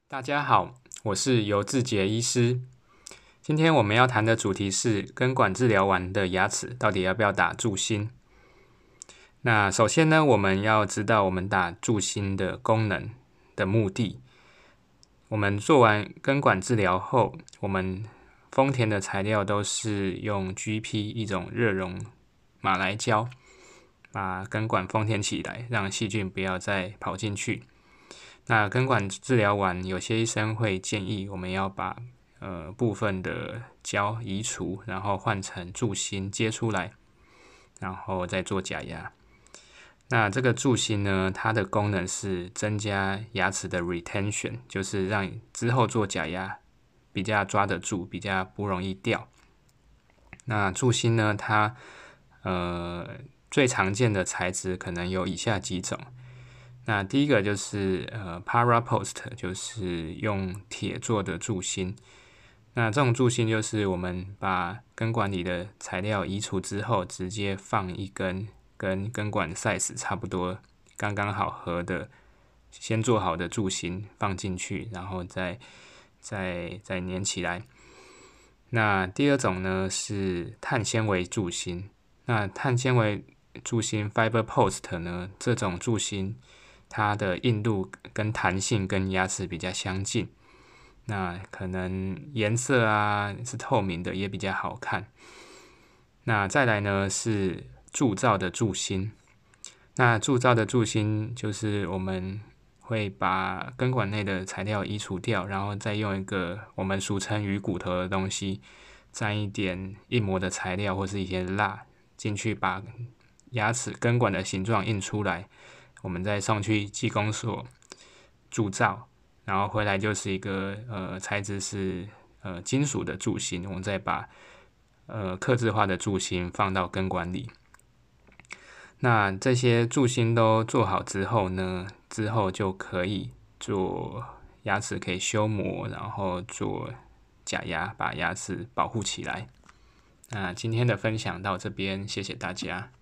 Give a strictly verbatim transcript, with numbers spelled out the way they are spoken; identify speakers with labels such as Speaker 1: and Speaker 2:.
Speaker 1: 大家好，我是尤志杰医师。今天我们要谈的主题是根管治疗完的牙齿到底要不要打助锌。那首先呢，我们要知道我们打助锌的功能的目的。我们做完根管治疗后，我们丰田的材料都是用 G P 一种热熔马来胶，把根管丰田起来，让细菌不要再跑进去。那根管治疗完，有些医生会建议我们要把呃部分的胶移除，然后换成助锌接出来，然后再做假牙。那这个助锌呢，它的功能是增加牙齿的 retention， 就是让之后做假牙比较抓得住，比较不容易掉。那助锌呢，它呃最常见的材质可能有以下几种。那第一个就是呃 Parapost， 就是用铁做的助锌。那这种助锌就是我们把根管里的材料移除之后，直接放一根跟根管 size 差不多、刚刚好合的，先做好的助锌放进去，然后再再再粘起来。那第二种呢是碳纤维助锌。那碳纤维助锌 Fiberpost 呢，这种助锌它的硬度跟弹性跟牙齿比较相近，那可能颜色啊是透明的，也比较好看。那再来呢是铸造的助锌。那铸造的助锌就是我们会把根管内的材料移除掉，然后再用一个我们俗称鱼骨头的东西，沾一点印模的材料或是一些蜡进去，把牙齿根管的形状印出来。我们再送去技工所铸造，然后回来就是一个呃材质是呃金属的助锌，我们再把呃客制化的助锌放到根管里。那这些助锌都做好之后呢，之后就可以做牙齿可以修磨，然后做假牙，把牙齿保护起来。那今天的分享到这边，谢谢大家。